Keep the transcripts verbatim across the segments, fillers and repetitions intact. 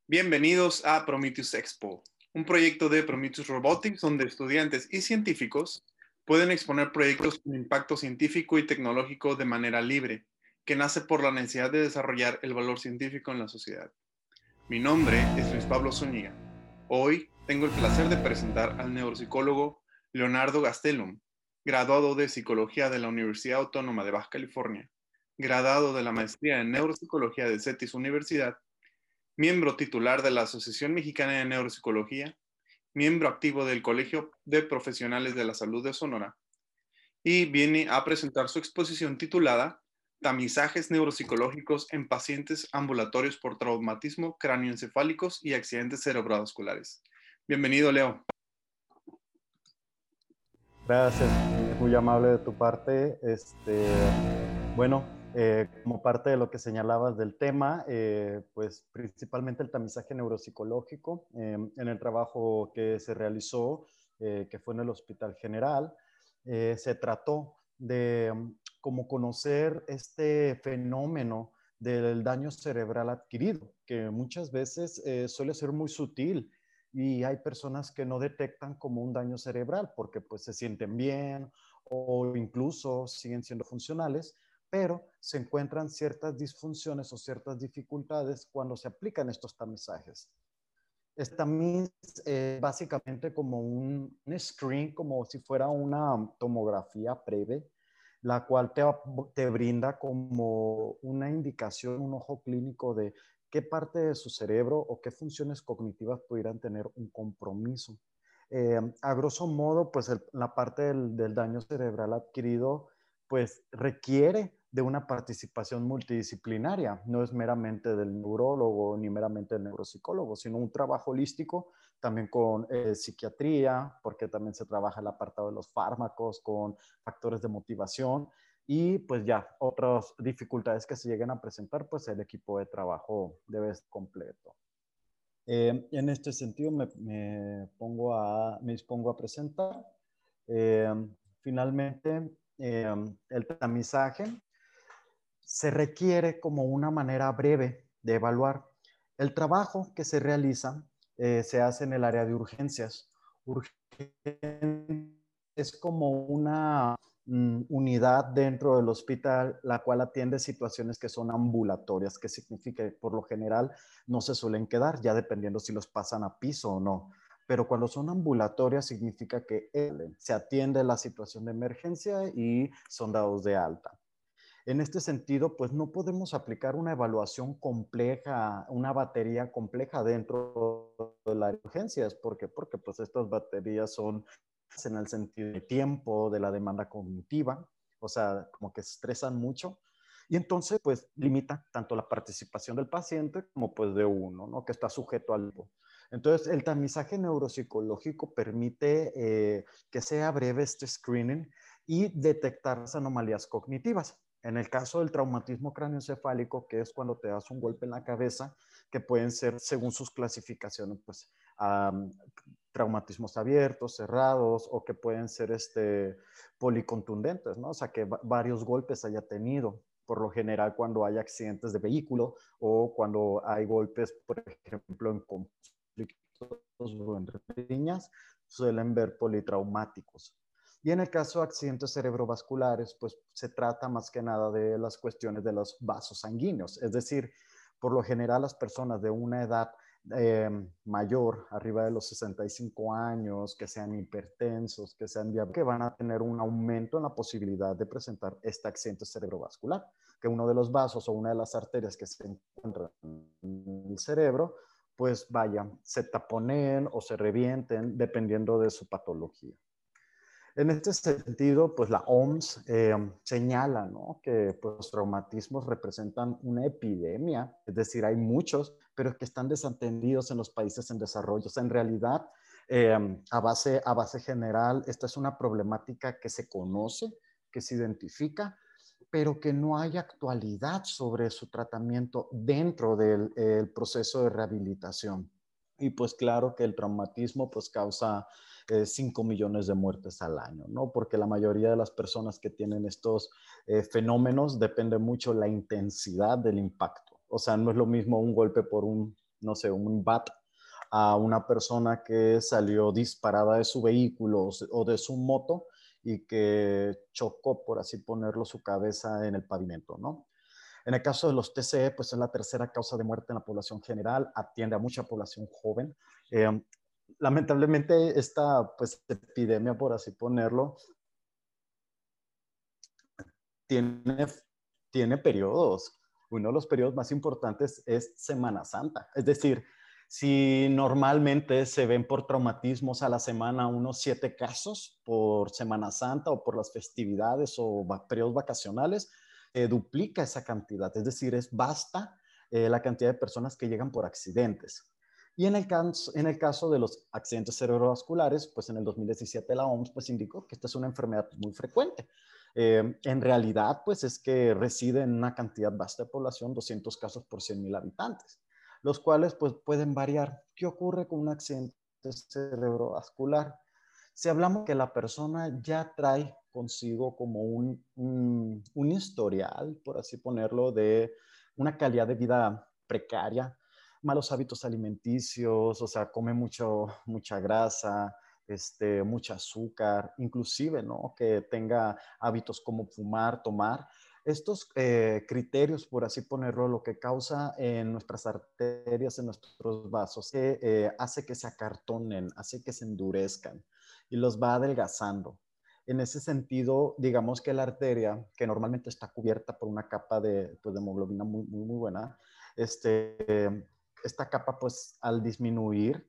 Bienvenidos a Prometheus Expo, un proyecto de Prometheus Robotics donde estudiantes y científicos pueden exponer proyectos con impacto científico y tecnológico de manera libre, que nace por la necesidad de desarrollar el valor científico en la sociedad. Mi nombre es Luis Pablo Zúñiga. Hoy tengo el placer de presentar al neuropsicólogo Leonardo Gastelum, graduado de Psicología de la Universidad Autónoma de Baja California, graduado de la Maestría en Neuropsicología de CETIS Universidad, miembro titular de la Asociación Mexicana de Neuropsicología, miembro activo del Colegio de Profesionales de la Salud de Sonora, y viene a presentar su exposición titulada Tamizajes neuropsicológicos en pacientes ambulatorios por traumatismo cráneoencefálicos y accidentes cerebrovasculares. Bienvenido, Leo. Gracias, muy amable de tu parte. Este, bueno, eh, como parte de lo que señalabas del tema, eh, pues principalmente el tamizaje neuropsicológico, eh, en el trabajo que se realizó, eh, que fue en el Hospital General, eh, se trató de um, como conocer este fenómeno del daño cerebral adquirido, que muchas veces eh, suele ser muy sutil y hay personas que no detectan como un daño cerebral porque pues se sienten bien o incluso siguen siendo funcionales, pero se encuentran ciertas disfunciones o ciertas dificultades cuando se aplican estos tamizajes. Este tamiz es eh, básicamente como un, un screen, como si fuera una tomografía breve, la cual te, te brinda como una indicación, un ojo clínico de qué parte de su cerebro o qué funciones cognitivas pudieran tener un compromiso. Eh, a grosso modo, pues el, la parte del, del daño cerebral adquirido, pues requiere de una participación multidisciplinaria. No es meramente del neurólogo ni meramente del neuropsicólogo, sino un trabajo holístico también con eh, psiquiatría, porque también se trabaja el apartado de los fármacos, con factores de motivación y pues ya otras dificultades que se lleguen a presentar, pues el equipo de trabajo debe estar completo. Eh, en este sentido me, me, pongo a, me dispongo a presentar. Eh, finalmente, eh, el tamizaje se requiere como una manera breve de evaluar. El trabajo que se realiza eh, se hace en el área de urgencias. Urgencias es como una mm, unidad dentro del hospital, la cual atiende situaciones que son ambulatorias, que significa que por lo general no se suelen quedar, ya dependiendo si los pasan a piso o no. Pero cuando son ambulatorias significa que se atiende la situación de emergencia y son dados de alta. En este sentido, pues no podemos aplicar una evaluación compleja, una batería compleja dentro de las urgencias. ¿Por qué? Porque pues estas baterías son en el sentido de tiempo, de la demanda cognitiva, o sea, como que estresan mucho. Y entonces, pues, limita tanto la participación del paciente como pues de uno, ¿no? Que está sujeto al tiempo. Entonces, el tamizaje neuropsicológico permite eh, que sea breve este screening y detectar las anomalías cognitivas. En el caso del traumatismo cráneoencefálico, que es cuando te das un golpe en la cabeza, que pueden ser, según sus clasificaciones, pues, um, traumatismos abiertos, cerrados, o que pueden ser este, policontundentes, ¿no? O sea, que varios golpes haya tenido. Por lo general, cuando hay accidentes de vehículo o cuando hay golpes, por ejemplo, en conflictos o entre riñas, suelen ver politraumáticos. Y en el caso de accidentes cerebrovasculares, pues se trata más que nada de las cuestiones de los vasos sanguíneos. Es decir, por lo general las personas de una edad eh, mayor, arriba de los sesenta y cinco años, que sean hipertensos, que sean diabéticos, que van a tener un aumento en la posibilidad de presentar este accidente cerebrovascular, que uno de los vasos o una de las arterias que se encuentran en el cerebro, pues vaya, se taponeen o se revienten dependiendo de su patología. En este sentido, pues la O M S eh, señala, ¿no?, que pues, los traumatismos representan una epidemia, es decir, hay muchos, pero que están desatendidos en los países en desarrollo. O sea, en realidad, eh, a, base, a base general, esta es una problemática que se conoce, que se identifica, pero que no hay actualidad sobre su tratamiento dentro del el proceso de rehabilitación. Y pues claro que el traumatismo pues causa eh, cinco millones de muertes al año, ¿no? Porque la mayoría de las personas que tienen estos eh, fenómenos depende mucho la intensidad del impacto. O sea, no es lo mismo un golpe por un no sé, un bat a una persona que salió disparada de su vehículo o de su moto y que chocó, por así ponerlo, su cabeza en el pavimento, ¿no? En el caso de los T C E, pues es la tercera causa de muerte en la población general, atiende a mucha población joven. Eh, lamentablemente, esta pues, epidemia, por así ponerlo, tiene, tiene periodos. Uno de los periodos más importantes es Semana Santa. Es decir, si normalmente se ven por traumatismos a la semana unos siete casos por Semana Santa o por las festividades o periodos vacacionales, eh, duplica esa cantidad. Es decir, es basta eh, la cantidad de personas que llegan por accidentes. Y en el, caso, en el caso de los accidentes cerebrovasculares, pues en el dos mil diecisiete la O M S pues indicó que esta es una enfermedad muy frecuente. Eh, en realidad, pues es que reside en una cantidad vasta de población, doscientos casos por cien mil habitantes, los cuales pues pueden variar. ¿Qué ocurre con un accidente cerebrovascular? Si hablamos que la persona ya trae consigo como un, un, un historial, por así ponerlo, de una calidad de vida precaria, malos hábitos alimenticios, o sea, come mucho, mucha grasa, este, mucho azúcar, inclusive, ¿no? Que tenga hábitos como fumar, tomar. Estos eh, criterios, por así ponerlo, lo que causa en nuestras arterias, en nuestros vasos, que eh, hace que se acartonen, hace que se endurezcan y los va adelgazando. En ese sentido, digamos que la arteria, que normalmente está cubierta por una capa de, pues, de hemoglobina muy, muy, muy buena, este, esta capa, pues, al disminuir,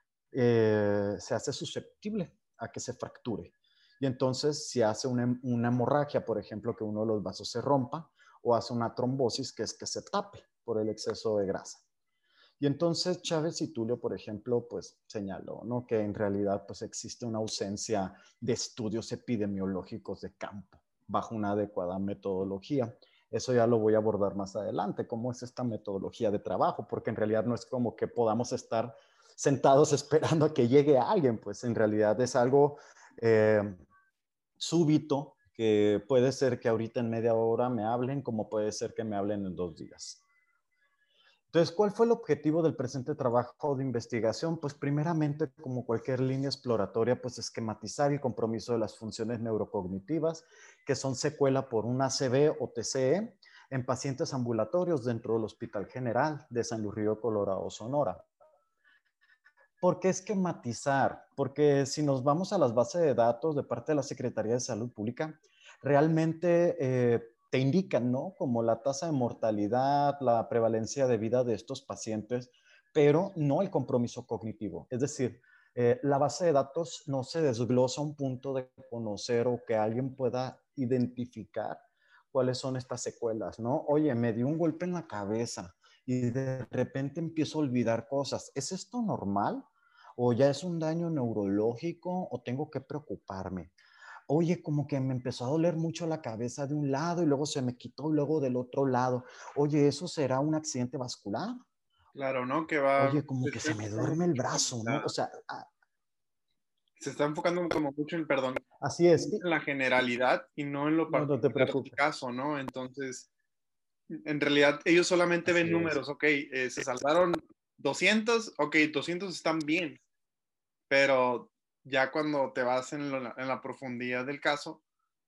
eh, se hace susceptible a que se fracture. Y entonces, si hace una, una hemorragia, por ejemplo, que uno de los vasos se rompa, o hace una trombosis, que es que se tape por el exceso de grasa. Y entonces Chávez y Tulio, por ejemplo, pues señaló, ¿no? Que en realidad pues existe una ausencia de estudios epidemiológicos de campo bajo una adecuada metodología. Eso ya lo voy a abordar más adelante, cómo es esta metodología de trabajo, porque en realidad no es como que podamos estar sentados esperando a que llegue alguien, pues en realidad es algo eh, súbito, que puede ser que ahorita en media hora me hablen, como puede ser que me hablen en dos días. Entonces, ¿cuál fue el objetivo del presente trabajo de investigación? Pues primeramente, como cualquier línea exploratoria, pues esquematizar el compromiso de las funciones neurocognitivas, que son secuela por un A C V o T C E en pacientes ambulatorios dentro del Hospital General de San Luis Río Colorado, Sonora. ¿Por qué esquematizar? Porque si nos vamos a las bases de datos de parte de la Secretaría de Salud Pública, realmente eh, te indican, ¿no? Como la tasa de mortalidad, la prevalencia de vida de estos pacientes, pero no el compromiso cognitivo. Es decir, eh, la base de datos no se desglosa a un punto de conocer o que alguien pueda identificar cuáles son estas secuelas, ¿no? Oye, me dio un golpe en la cabeza y de repente empiezo a olvidar cosas. ¿Es esto normal? ¿O ya es un daño neurológico o tengo que preocuparme? Oye, como que me empezó a doler mucho la cabeza de un lado y luego se me quitó luego del otro lado. Oye, ¿eso será un accidente vascular? Claro, ¿no? Que va, Oye, como se que está se me enfocando duerme el mucho como brazo, en ¿no? O la, sea, ah, se está enfocando como mucho en, perdón, así es. en la generalidad y no en lo No, no te particular del preocupes. caso, ¿no? Entonces, en realidad ellos solamente ven Así es. números, ok, eh, se salvaron doscientos, ok, doscientos están bien, pero ya cuando te vas en, lo- en la profundidad del caso,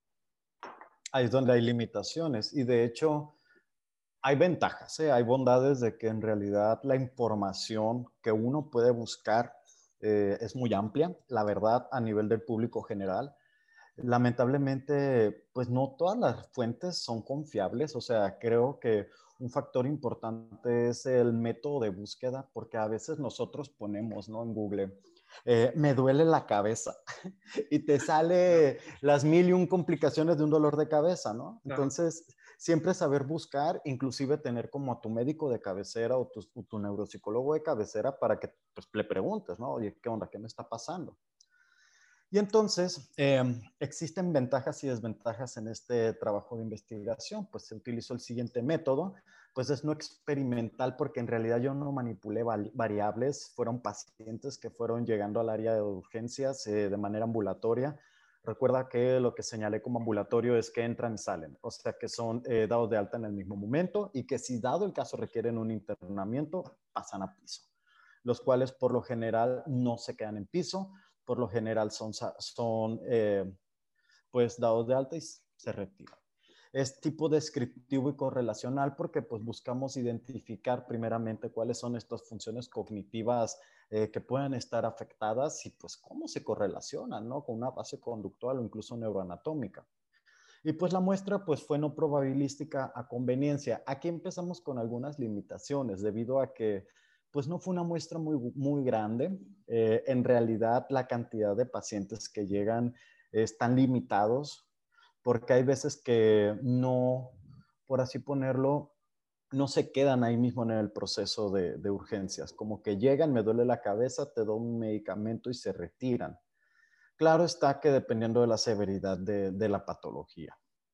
Ahí es donde hay limitaciones y de hecho hay ventajas, ¿eh? Hay bondades de que en realidad la información que uno puede buscar eh, es muy amplia, la verdad, a nivel del público general. Lamentablemente, pues no todas las fuentes son confiables, o sea, creo que un factor importante es el método de búsqueda, porque a veces nosotros ponemos, ¿no? En Google, eh, me duele la cabeza y te sale las mil y un complicaciones de un dolor de cabeza, ¿no? ajá, Entonces, siempre saber buscar, inclusive tener como a tu médico de cabecera o tu, tu neuropsicólogo de cabecera para que pues, le preguntes, ¿no? Oye, ¿qué onda? ¿Qué me está pasando? Y entonces, eh, existen ventajas y desventajas en este trabajo de investigación. Pues se utilizó el siguiente método, pues es no experimental porque en realidad yo no manipulé variables, fueron pacientes que fueron llegando al área de urgencias eh, de manera ambulatoria Recuerda que lo que señalé como ambulatorio es que entran y salen, o sea que son eh, dados de alta en el mismo momento y que si dado el caso requieren un internamiento, pasan a piso, los cuales por lo general no se quedan en piso, por lo general son, son eh, pues dados de alta y se retiran. Es tipo descriptivo y correlacional porque pues buscamos identificar primeramente cuáles son estas funciones cognitivas eh, que pueden estar afectadas y pues cómo se correlacionan, ¿no? Con una base conductual o incluso neuroanatómica. Y pues la muestra pues fue no probabilística a conveniencia. Aquí empezamos con algunas limitaciones debido a que pues no fue una muestra muy, muy grande. Eh, en realidad la cantidad de pacientes que llegan eh, están limitados porque hay veces que no, por así ponerlo, no se quedan ahí mismo en el proceso de, de urgencias. Como que llegan, me duele la cabeza, te doy un medicamento y se retiran. Claro está que dependiendo de la severidad de, de la patología.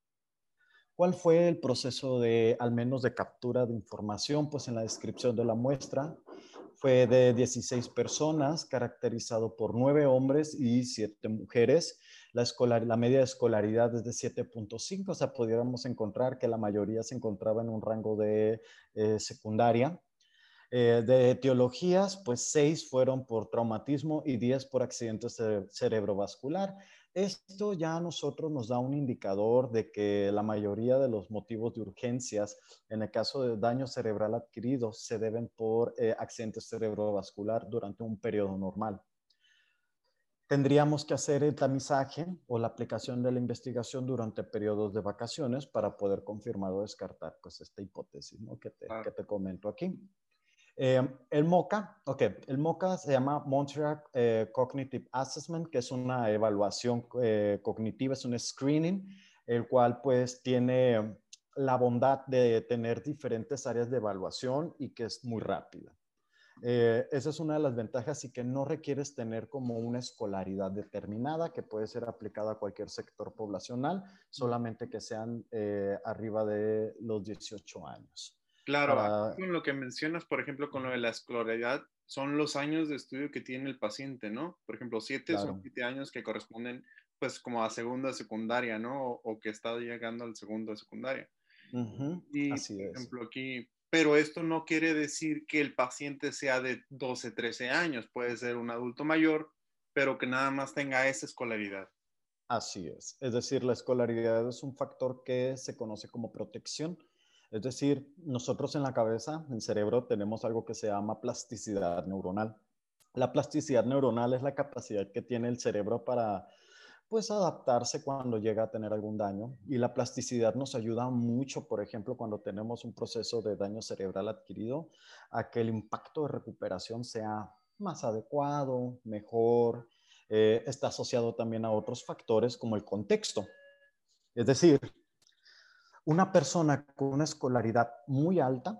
¿Cuál fue el proceso de, al menos de captura de información? Pues en la descripción de la muestra fue de dieciséis personas, caracterizado por nueve hombres y siete mujeres. La, escolar, la media de escolaridad es de siete punto cinco, o sea, pudiéramos encontrar que la mayoría se encontraba en un rango de eh, secundaria. Eh, de etiologías, pues seis fueron por traumatismo y diez por accidente cere cerebrovascular. Esto ya a nosotros nos da un indicador de que la mayoría de los motivos de urgencias, en el caso de daño cerebral adquirido, se deben por eh, accidente cerebrovascular durante un periodo normal. Tendríamos que hacer el tamizaje o la aplicación de la investigación durante periodos de vacaciones para poder confirmar o descartar pues, esta hipótesis, ¿no? que, te, que te comento aquí. Eh, el MoCA, ok, el MoCA se llama Montreal eh, Cognitive Assessment, que es una evaluación eh, cognitiva, es un screening, el cual pues tiene la bondad de tener diferentes áreas de evaluación y que es muy rápida. Eh, esa es una de las ventajas y que no requieres tener como una escolaridad determinada que puede ser aplicada a cualquier sector poblacional, solamente que sean eh, arriba de los dieciocho años. Claro, Para... con lo que mencionas, por ejemplo, con lo de la escolaridad, son los años de estudio que tiene el paciente, ¿no? Por ejemplo, siete son Claro. siete años que corresponden, pues, como a segunda secundaria, ¿no? O, o que está llegando al segundo de secundaria. Uh-huh. Y, Así por es. ejemplo, aquí, pero esto no quiere decir que el paciente sea de doce, trece años, puede ser un adulto mayor, pero que nada más tenga esa escolaridad. Así es. Es decir, la escolaridad es un factor que se conoce como protección. Es decir, nosotros en la cabeza, en el cerebro, tenemos algo que se llama plasticidad neuronal. La plasticidad neuronal es la capacidad que tiene el cerebro para, pues, adaptarse cuando llega a tener algún daño. Y la plasticidad nos ayuda mucho, por ejemplo, cuando tenemos un proceso de daño cerebral adquirido, a que el impacto de recuperación sea más adecuado, mejor. Eh, está asociado también a otros factores como el contexto. Es decir, una persona con una escolaridad muy alta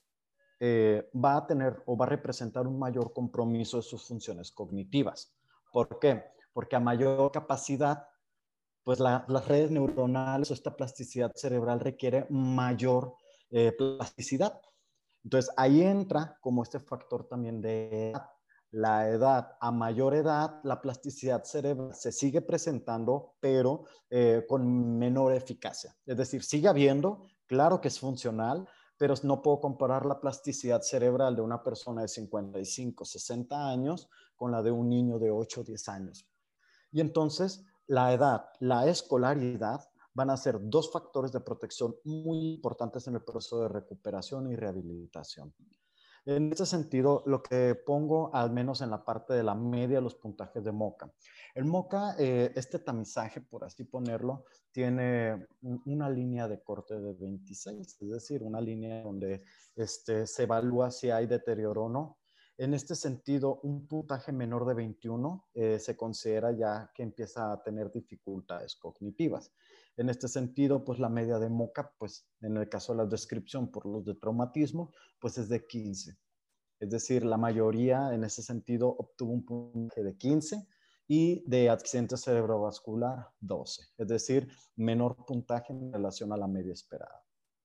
eh, va a tener o va a representar un mayor compromiso de sus funciones cognitivas. ¿Por qué? Porque a mayor capacidad, pues la, las redes neuronales o esta plasticidad cerebral requiere mayor eh, plasticidad. Entonces ahí entra como este factor también de edad. La edad, a mayor edad, la plasticidad cerebral se sigue presentando, pero eh, con menor eficacia. Es decir, sigue habiendo, claro que es funcional, pero no puedo comparar la plasticidad cerebral de una persona de cincuenta y cinco, sesenta años con la de un niño de ocho o diez años. Y entonces la edad, la escolaridad van a ser dos factores de protección muy importantes en el proceso de recuperación y rehabilitación. En este sentido, lo que pongo, al menos en la parte de la media, los puntajes de MoCA. El MoCA, eh, este tamizaje, por así ponerlo, tiene una línea de corte de veintiséis, es decir, una línea donde este, se evalúa si hay deterioro o no. En este sentido, un puntaje menor de veintiuno eh, se considera ya que empieza a tener dificultades cognitivas. En este sentido, pues la media de MoCA, pues en el caso de la descripción por los de traumatismo, pues es de quince. Es decir, la mayoría en ese sentido obtuvo un puntaje de quince y de accidente cerebrovascular doce. Es decir, menor puntaje en relación a la media esperada.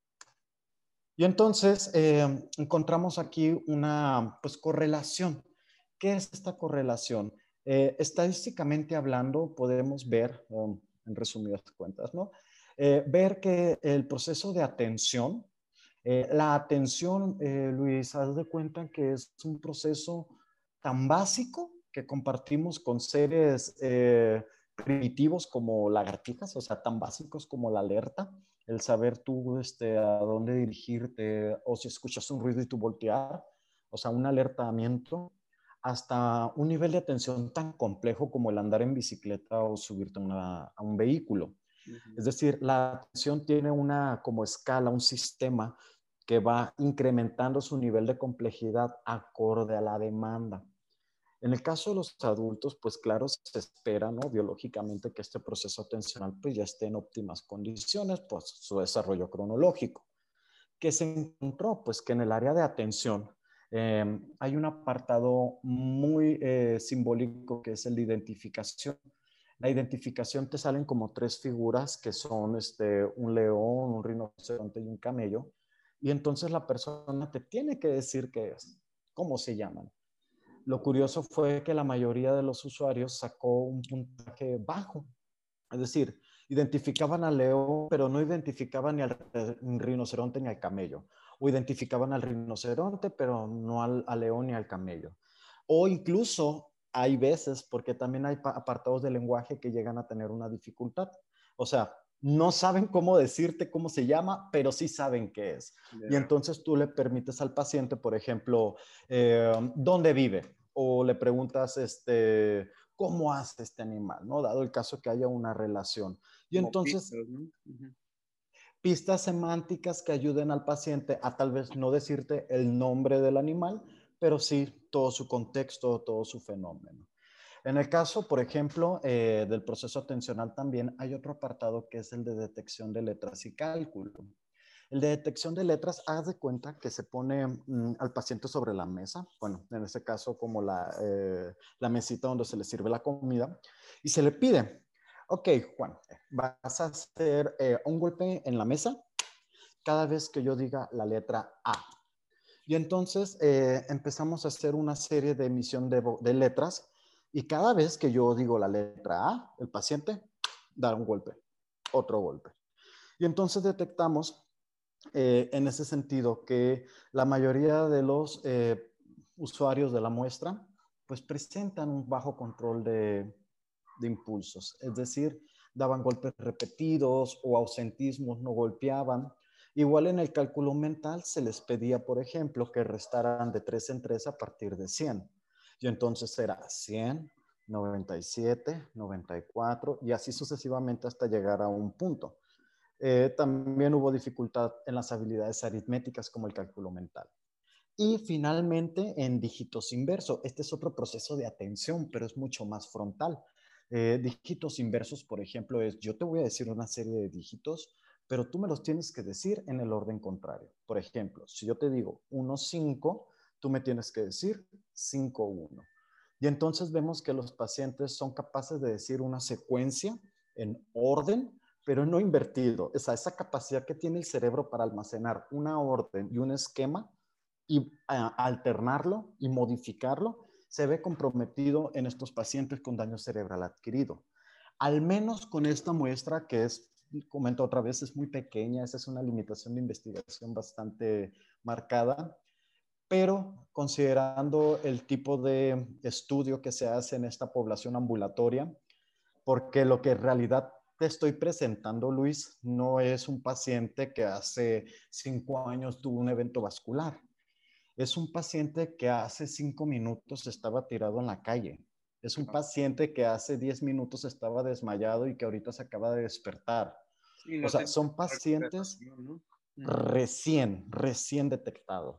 Y entonces eh, encontramos aquí una pues, correlación. ¿Qué es esta correlación? Eh, estadísticamente hablando, podemos ver, um, en resumidas cuentas, ¿no? Eh, ver que el proceso de atención, eh, la atención, eh, Luis, haz de cuenta que es un proceso tan básico que compartimos con seres eh, primitivos como lagartijas, o sea, tan básicos como la alerta, el saber tú este, a dónde dirigirte o si escuchas un ruido y tú voltear, o sea, un alertamiento, hasta un nivel de atención tan complejo como el andar en bicicleta o subirte a, una, a un vehículo. Ujú. Es decir, la atención tiene una como escala, un sistema que va incrementando su nivel de complejidad acorde a la demanda. En el caso de los adultos, pues claro, se espera, ¿no? Biológicamente que este proceso atencional pues ya esté en óptimas condiciones, pues su desarrollo cronológico. ¿Qué se encontró? Pues que en el área de atención eh, hay un apartado muy eh, simbólico que es el de identificación. La identificación te salen como tres figuras que son este, un león, un rinoceronte y un camello. Y entonces la persona te tiene que decir qué es, cómo se llaman. Lo curioso fue que la mayoría de los usuarios sacó un puntaje bajo. Es decir, identificaban al león, pero no identificaban ni al rinoceronte ni al camello. O identificaban al rinoceronte, pero no al, al león ni al camello. O incluso hay veces, porque también hay apartados de lenguaje que llegan a tener una dificultad. O sea, no saben cómo decirte cómo se llama, pero sí saben qué es. Y Yeah. entonces tú le permites al paciente, por ejemplo, eh, ¿dónde vive? O le preguntas, este, cómo hace este animal, ¿no? Dado el caso que haya una relación. Y Como entonces, pistas, ¿no? Ujú. pistas semánticas que ayuden al paciente a tal vez no decirte el nombre del animal, pero sí todo su contexto, todo su fenómeno. En el caso, por ejemplo, eh, del proceso atencional también hay otro apartado que es el de detección de letras y cálculo. El de detección de letras, haz de cuenta que se pone mm, al paciente sobre la mesa, bueno, en este caso como la, eh, la mesita donde se le sirve la comida, y se le pide, ok, Juan, vas a hacer eh, un golpe en la mesa cada vez que yo diga la letra A. Y entonces eh, empezamos a hacer una serie de emisión de, de letras y cada vez que yo digo la letra A, el paciente da un golpe, otro golpe. Y entonces detectamos eh, en ese sentido que la mayoría de los eh, usuarios de la muestra pues presentan un bajo control de, de impulsos, es decir, daban golpes repetidos o ausentismos, no golpeaban. Igual en el cálculo mental se les pedía, por ejemplo, que restaran de tres en tres a partir de cien. Y entonces era cien, noventa y siete, noventa y cuatro y así sucesivamente hasta llegar a un punto. Eh, también hubo dificultad en las habilidades aritméticas como el cálculo mental. Y finalmente en dígitos inversos. Este es otro proceso de atención, pero es mucho más frontal. Eh, dígitos inversos, por ejemplo, es yo te voy a decir una serie de dígitos, pero tú me los tienes que decir en el orden contrario. Por ejemplo, si yo te digo uno, cinco, tú me tienes que decir cinco, uno. Y entonces vemos que los pacientes son capaces de decir una secuencia en orden, pero no invertido. O sea, esa capacidad que tiene el cerebro para almacenar una orden y un esquema y uh, alternarlo y modificarlo, se ve comprometido en estos pacientes con daño cerebral adquirido. Al menos con esta muestra que es, comento otra vez, es muy pequeña, esa es una limitación de investigación bastante marcada, pero considerando el tipo de estudio que se hace en esta población ambulatoria, porque lo que en realidad te estoy presentando, Luis, no es un paciente que hace cinco años tuvo un evento vascular. Es un paciente que hace cinco minutos estaba tirado en la calle. Es un paciente que hace diez minutos estaba desmayado y que ahorita se acaba de despertar. Sí, O no sea, tengo son pacientes recuperación, ¿no? Ujú. recién, recién detectados.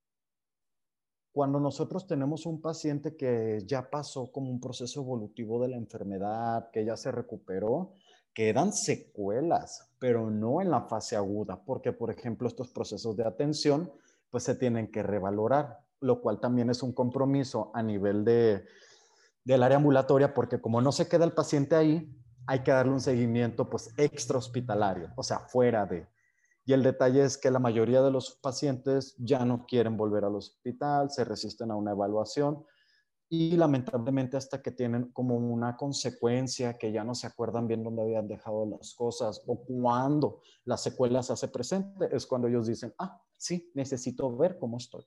Cuando nosotros tenemos un paciente que ya pasó como un proceso evolutivo de la enfermedad, que ya se recuperó, quedan secuelas, pero no en la fase aguda, porque por ejemplo estos procesos de atención pues se tienen que revalorar, lo cual también es un compromiso a nivel de, del área ambulatoria, porque como no se queda el paciente ahí, hay que darle un seguimiento pues extra hospitalario, o sea, fuera de. Y el detalle es que la mayoría de los pacientes ya no quieren volver al hospital, se resisten a una evaluación y lamentablemente hasta que tienen como una consecuencia que ya no se acuerdan bien dónde habían dejado las cosas o cuando la secuela se hace presente, es cuando ellos dicen, ah, sí, necesito ver cómo estoy.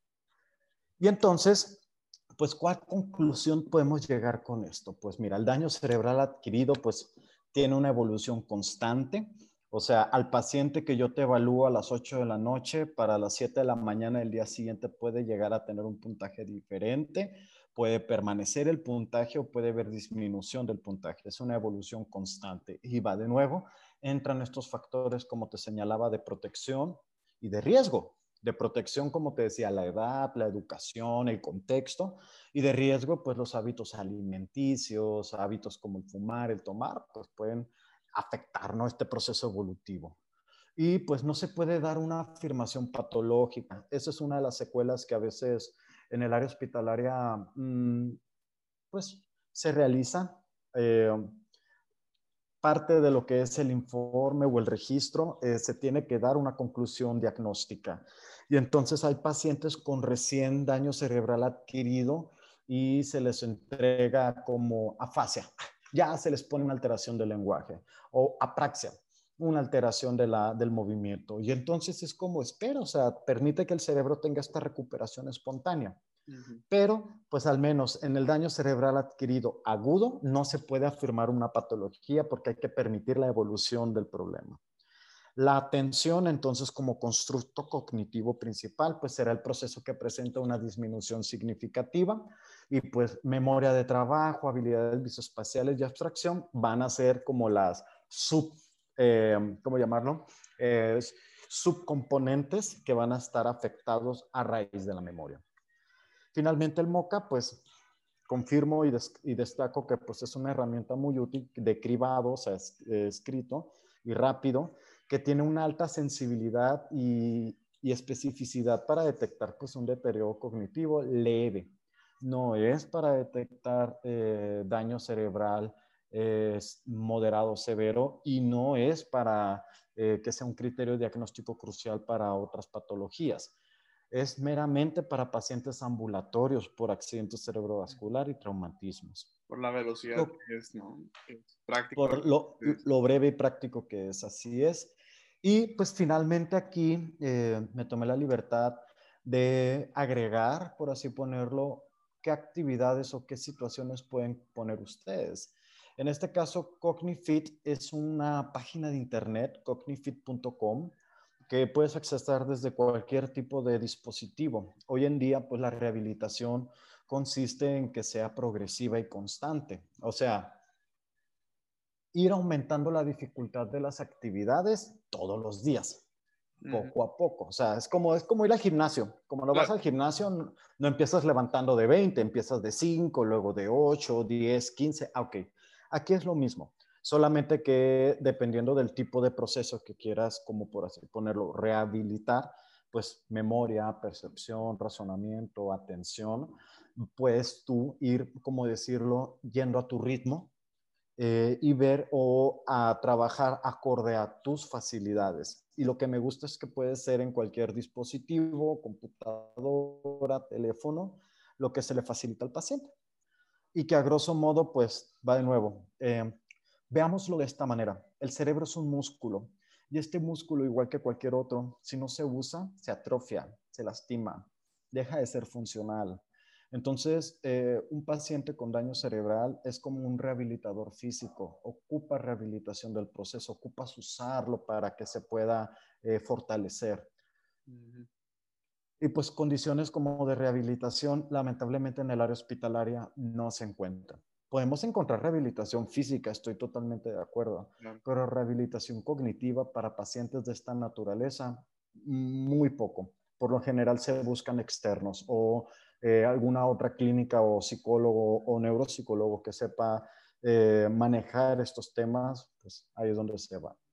Y entonces, pues, ¿cuál conclusión podemos llegar con esto? Pues mira, el daño cerebral adquirido, pues, tiene una evolución constante. O sea, al paciente que yo te evalúo a las ocho de la noche, para las siete de la mañana del día siguiente puede llegar a tener un puntaje diferente, puede permanecer el puntaje o puede haber disminución del puntaje. Es una evolución constante. Y va de nuevo, entran estos factores, como te señalaba, de protección y de riesgo. De protección, como te decía, la edad, la educación, el contexto, y de riesgo, pues los hábitos alimenticios, hábitos como el fumar, el tomar, pues pueden afectar, ¿no?, este proceso evolutivo. Y pues no se puede dar una afirmación patológica. Esa es una de las secuelas que a veces en el área hospitalaria, mmm, pues se realiza. Eh, parte de lo que es el informe o el registro, eh, se tiene que dar una conclusión diagnóstica. Y entonces hay pacientes con recién daño cerebral adquirido y se les entrega como afasia. Ya se les pone una alteración del lenguaje o apraxia, una alteración de la, del movimiento. Y entonces es como espera, o sea, permite que el cerebro tenga esta recuperación espontánea. Uh-huh. Pero, pues al menos en el daño cerebral adquirido agudo no se puede afirmar una patología porque hay que permitir la evolución del problema. La atención, entonces, como constructo cognitivo principal, pues será el proceso que presenta una disminución significativa y pues memoria de trabajo, habilidades visoespaciales y abstracción van a ser como las sub, eh, ¿cómo llamarlo? Eh, subcomponentes que van a estar afectados a raíz de la memoria. Finalmente el MoCA, pues confirmo y, des y destaco que pues, es una herramienta muy útil de cribado, o sea, es, eh, escrito y rápido, que tiene una alta sensibilidad y, y especificidad para detectar pues, un deterioro cognitivo leve. No es para detectar eh, daño cerebral eh, moderado o severo y no es para eh, que sea un criterio diagnóstico crucial para otras patologías. Es meramente para pacientes ambulatorios por accidente cerebrovascular y traumatismos. Por la velocidad lo, que es, ¿no? Es práctico. Por lo, lo breve y práctico que es, así es. Y pues finalmente aquí eh, me tomé la libertad de agregar, por así ponerlo, qué actividades o qué situaciones pueden poner ustedes. En este caso, Cognifit es una página de internet, cognifit punto com, que puedes accesar desde cualquier tipo de dispositivo. Hoy en día, pues la rehabilitación consiste en que sea progresiva y constante. O sea, ir aumentando la dificultad de las actividades todos los días, poco a poco. O sea, es como, es como ir al gimnasio. Como no vas al gimnasio, no, no empiezas levantando de veinte, empiezas de cinco, luego de ocho, diez, quince. Ah, ok. Aquí es lo mismo. Solamente que dependiendo del tipo de proceso que quieras, como por así ponerlo, rehabilitar, pues memoria, percepción, razonamiento, atención, puedes tú ir, como decirlo, yendo a tu ritmo eh, y ver o a trabajar acorde a tus facilidades. Y lo que me gusta es que puede ser en cualquier dispositivo, computadora, teléfono, lo que se le facilita al paciente. Y que a grosso modo, pues, va de nuevo. Eh, veámoslo de esta manera. El cerebro es un músculo y este músculo, igual que cualquier otro, si no se usa, se atrofia, se lastima, deja de ser funcional. Entonces, eh, un paciente con daño cerebral es como un rehabilitador físico, ocupa rehabilitación del proceso, ocupas usarlo para que se pueda eh, fortalecer. Uh-huh. Y pues condiciones como de rehabilitación, lamentablemente en el área hospitalaria no se encuentran. Podemos encontrar rehabilitación física, estoy totalmente de acuerdo, claro. Pero rehabilitación cognitiva para pacientes de esta naturaleza, muy poco. Por lo general se buscan externos o eh, alguna otra clínica o psicólogo o neuropsicólogo que sepa eh, manejar estos temas, pues ahí es donde se va.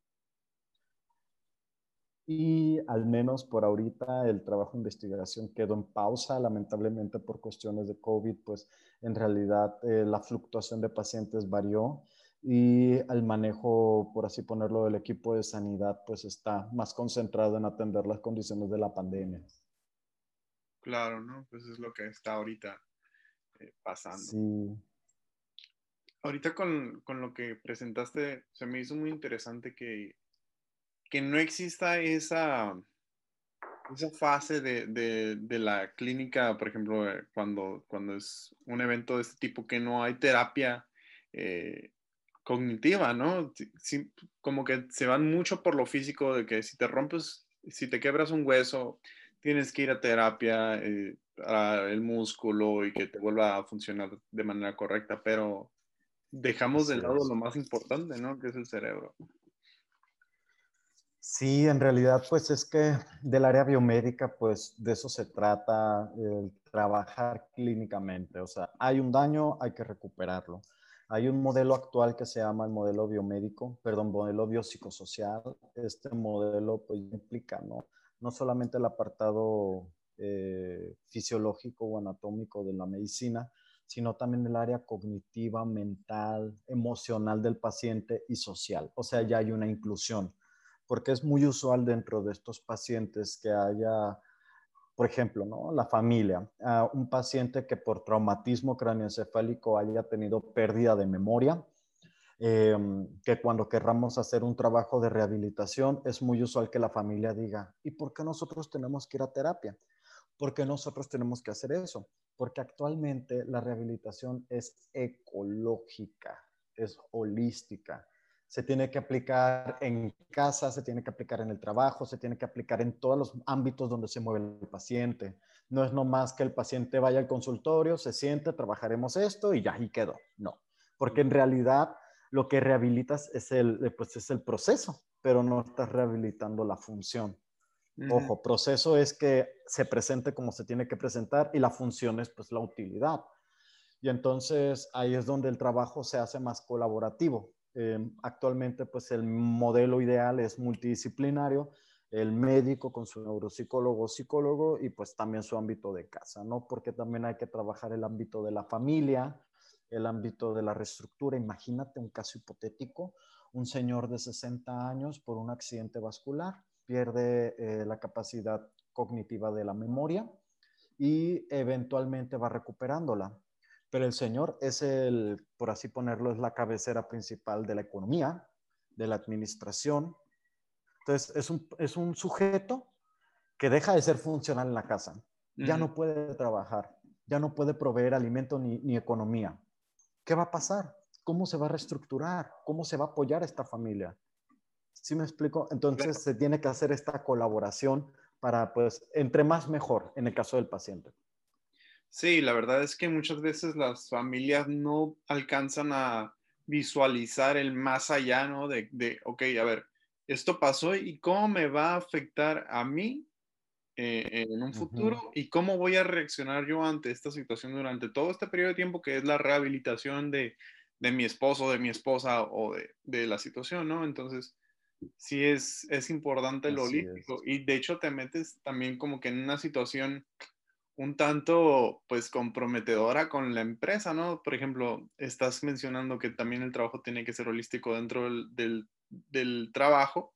Y al menos por ahorita el trabajo de investigación quedó en pausa, lamentablemente por cuestiones de COVID, pues en realidad eh, la fluctuación de pacientes varió y el manejo, por así ponerlo, del equipo de sanidad, pues está más concentrado en atender las condiciones de la pandemia. Claro, ¿no? Pues es lo que está ahorita eh, pasando. Sí. Ahorita con, con lo que presentaste, se me hizo muy interesante que, que no exista esa, esa fase de, de, de la clínica, por ejemplo, eh, cuando, cuando es un evento de este tipo, que no hay terapia eh, cognitiva, ¿no? Sí, sí, como que se van mucho por lo físico, de que si te rompes, si te quebras un hueso, tienes que ir a terapia, eh, a el músculo y que te vuelva a funcionar de manera correcta, pero dejamos de Así lado es. lo más importante, ¿no? Que es el cerebro. Sí, en realidad, pues es que del área biomédica, pues de eso se trata, el trabajar clínicamente. O sea, hay un daño, hay que recuperarlo. Hay un modelo actual que se llama el modelo biomédico, perdón, modelo biopsicosocial. Este modelo, pues implica, ¿no? No solamente el apartado eh, fisiológico o anatómico de la medicina, sino también el área cognitiva, mental, emocional del paciente y social. O sea, ya hay una inclusión porque es muy usual dentro de estos pacientes que haya, por ejemplo, ¿no? La familia, uh, un paciente que por traumatismo cráneoencefálico haya tenido pérdida de memoria, eh, que cuando querramos hacer un trabajo de rehabilitación es muy usual que la familia diga, ¿y por qué nosotros tenemos que ir a terapia? ¿Por qué nosotros tenemos que hacer eso? Porque actualmente la rehabilitación es ecológica, es holística. Se tiene que aplicar en casa, se tiene que aplicar en el trabajo, se tiene que aplicar en todos los ámbitos donde se mueve el paciente. No es nomás que el paciente vaya al consultorio, se siente, trabajaremos esto y ya, y quedó. No, porque en realidad lo que rehabilitas es el, pues es el proceso, pero no estás rehabilitando la función. Ujú. Ojo, proceso es que se presente como se tiene que presentar y la función es pues la utilidad. Y entonces ahí es donde el trabajo se hace más colaborativo. Eh, actualmente pues el modelo ideal es multidisciplinario, el médico con su neuropsicólogo, psicólogo y pues también su ámbito de casa, ¿no? Porque también hay que trabajar el ámbito de la familia, el ámbito de la reestructura. Imagínate un caso hipotético, un señor de sesenta años por un accidente vascular pierde eh, la capacidad cognitiva de la memoria y eventualmente va recuperándola. Pero el señor es el, por así ponerlo, es la cabecera principal de la economía, de la administración. Entonces, es un, es un sujeto que deja de ser funcional en la casa. Ya Ujú. no puede trabajar, ya no puede proveer alimento ni, ni economía. ¿Qué va a pasar? ¿Cómo se va a reestructurar? ¿Cómo se va a apoyar a esta familia? ¿Sí me explico? Entonces Claro. se tiene que hacer esta colaboración para, pues, entre más mejor en el caso del paciente. Sí, la verdad es que muchas veces las familias no alcanzan a visualizar el más allá, ¿no? De, de ok, a ver, esto pasó y cómo me va a afectar a mí eh, en un Uh futuro -huh. y cómo voy a reaccionar yo ante esta situación durante todo este periodo de tiempo que es la rehabilitación de, de mi esposo, de mi esposa o de, de la situación, ¿no? Entonces, sí es, es importante lo Así es. holístico y de hecho te metes también como que en una situación un tanto pues comprometedora con la empresa, ¿no? Por ejemplo, estás mencionando que también el trabajo tiene que ser holístico dentro del, del, del trabajo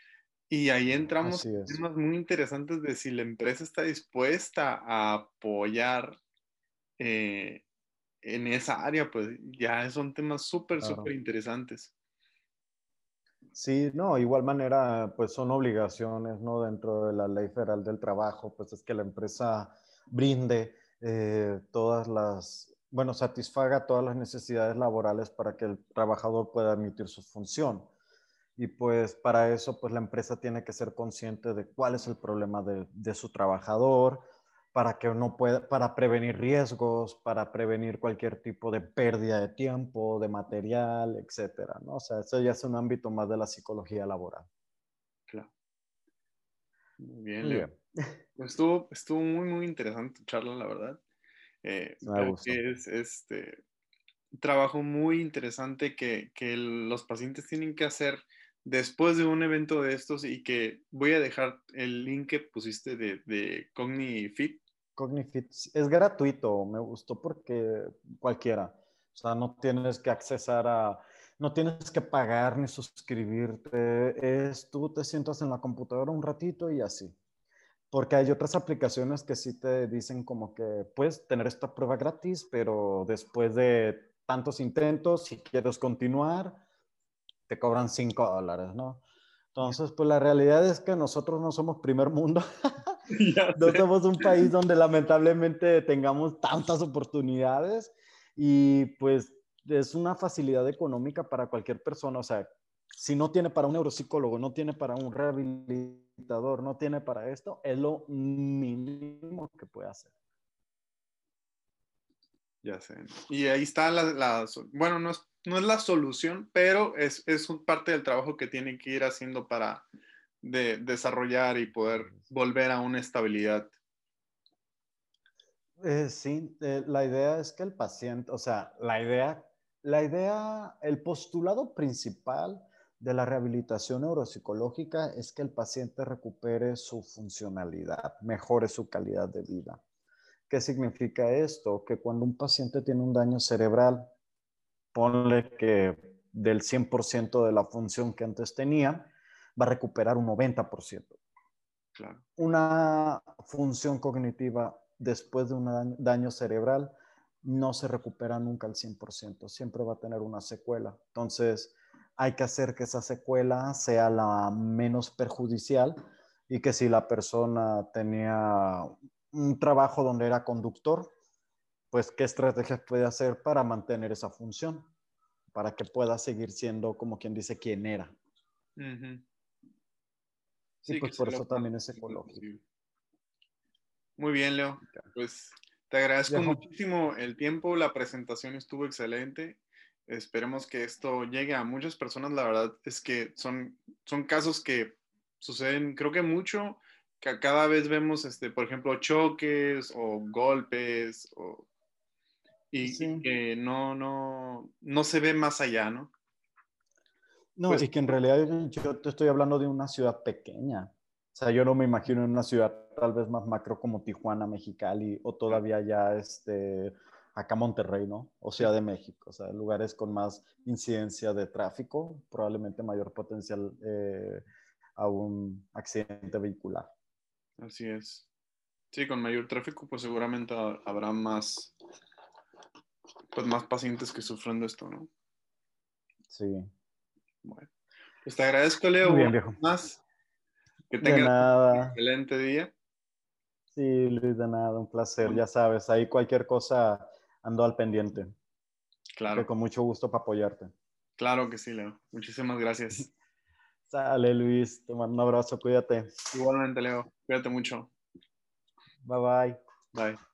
y ahí entramos Así en es. temas muy interesantes de si la empresa está dispuesta a apoyar eh, en esa área, pues ya son temas súper, súper Claro. interesantes. Sí, no, igual manera, pues son obligaciones, ¿no? Dentro de la ley federal del trabajo, pues es que la empresa brinde eh, todas las, bueno, satisfaga todas las necesidades laborales para que el trabajador pueda emitir su función. Y pues para eso, pues la empresa tiene que ser consciente de cuál es el problema de, de su trabajador, para que no pueda, para prevenir riesgos, para prevenir cualquier tipo de pérdida de tiempo, de material, etcétera, ¿no? O sea, eso ya es un ámbito más de la psicología laboral. Claro. Muy bien, Muy Leo. bien, Pues estuvo, estuvo muy, muy interesante tu charla, la verdad. Eh, se me creo gustó. que es este un trabajo muy interesante que, que los pacientes tienen que hacer después de un evento de estos y que voy a dejar el link que pusiste de, de CogniFit. Cognifit es gratuito, me gustó porque cualquiera, o sea, no tienes que accesar a, no tienes que pagar ni suscribirte, es tú te sientas en la computadora un ratito y así. Porque hay otras aplicaciones que sí te dicen como que puedes tener esta prueba gratis, pero después de tantos intentos, si quieres continuar, te cobran cinco dólares, ¿no? Entonces, pues la realidad es que nosotros no somos primer mundo. Ya No sé. somos un país donde lamentablemente tengamos tantas oportunidades y pues es una facilidad económica para cualquier persona. O sea, si no tiene para un neuropsicólogo, no tiene para un rehabilitador, no tiene para esto, es lo mínimo que puede hacer. Ya sé. Y ahí está la, la so- bueno, no es, no es la solución, pero es, es un parte del trabajo que tiene que ir haciendo para de, desarrollar y poder volver a una estabilidad. Eh, sí, eh, la idea es que el paciente, o sea, la idea, la idea, el postulado principal de la rehabilitación neuropsicológica es que el paciente recupere su funcionalidad, mejore su calidad de vida. ¿Qué significa esto? Que cuando un paciente tiene un daño cerebral, ponle que del cien por ciento de la función que antes tenía, va a recuperar un noventa por ciento. Claro. Una función cognitiva después de un daño cerebral no se recupera nunca al cien por ciento, siempre va a tener una secuela. Entonces, hay que hacer que esa secuela sea la menos perjudicial y que si la persona tenía un trabajo donde era conductor, pues qué estrategias puede hacer para mantener esa función, para que pueda seguir siendo, como quien dice, quien era. Ujú. Y Sí, que pues por sea lo eso más también es simple ecológico. posible. Muy bien, Leo. Pues te agradezco Viejo, muchísimo el tiempo, la presentación estuvo excelente. Esperemos que esto llegue a muchas personas. La verdad es que son, son casos que suceden, creo que mucho, que cada vez vemos, este, por ejemplo, choques o golpes o, y, y sí. que no, no, no se ve más allá, ¿no? No, Pues y que en realidad yo te estoy hablando de una ciudad pequeña. O sea, yo no me imagino en una ciudad tal vez más macro como Tijuana, Mexicali, o todavía ya este, acá Monterrey, ¿no? O sí, Ciudad de México. O sea, lugares con más incidencia de tráfico, probablemente mayor potencial eh, a un accidente vehicular. así es. Sí, con mayor tráfico, pues seguramente ha- habrá más, pues más pacientes que sufren de esto, ¿no? Sí. Bueno, pues te agradezco, Leo, Muy una bien, vez viejo. más. Que De tengas un nada. excelente día. Sí, Luis, de nada. Un placer. Ya sabes, ahí cualquier cosa ando al pendiente. Que Claro, con mucho gusto para apoyarte. claro que sí, Leo. Muchísimas gracias. Sale, Luis. Te mando un abrazo. Cuídate. Igualmente, Leo. Cuídate mucho. Bye bye. Bye.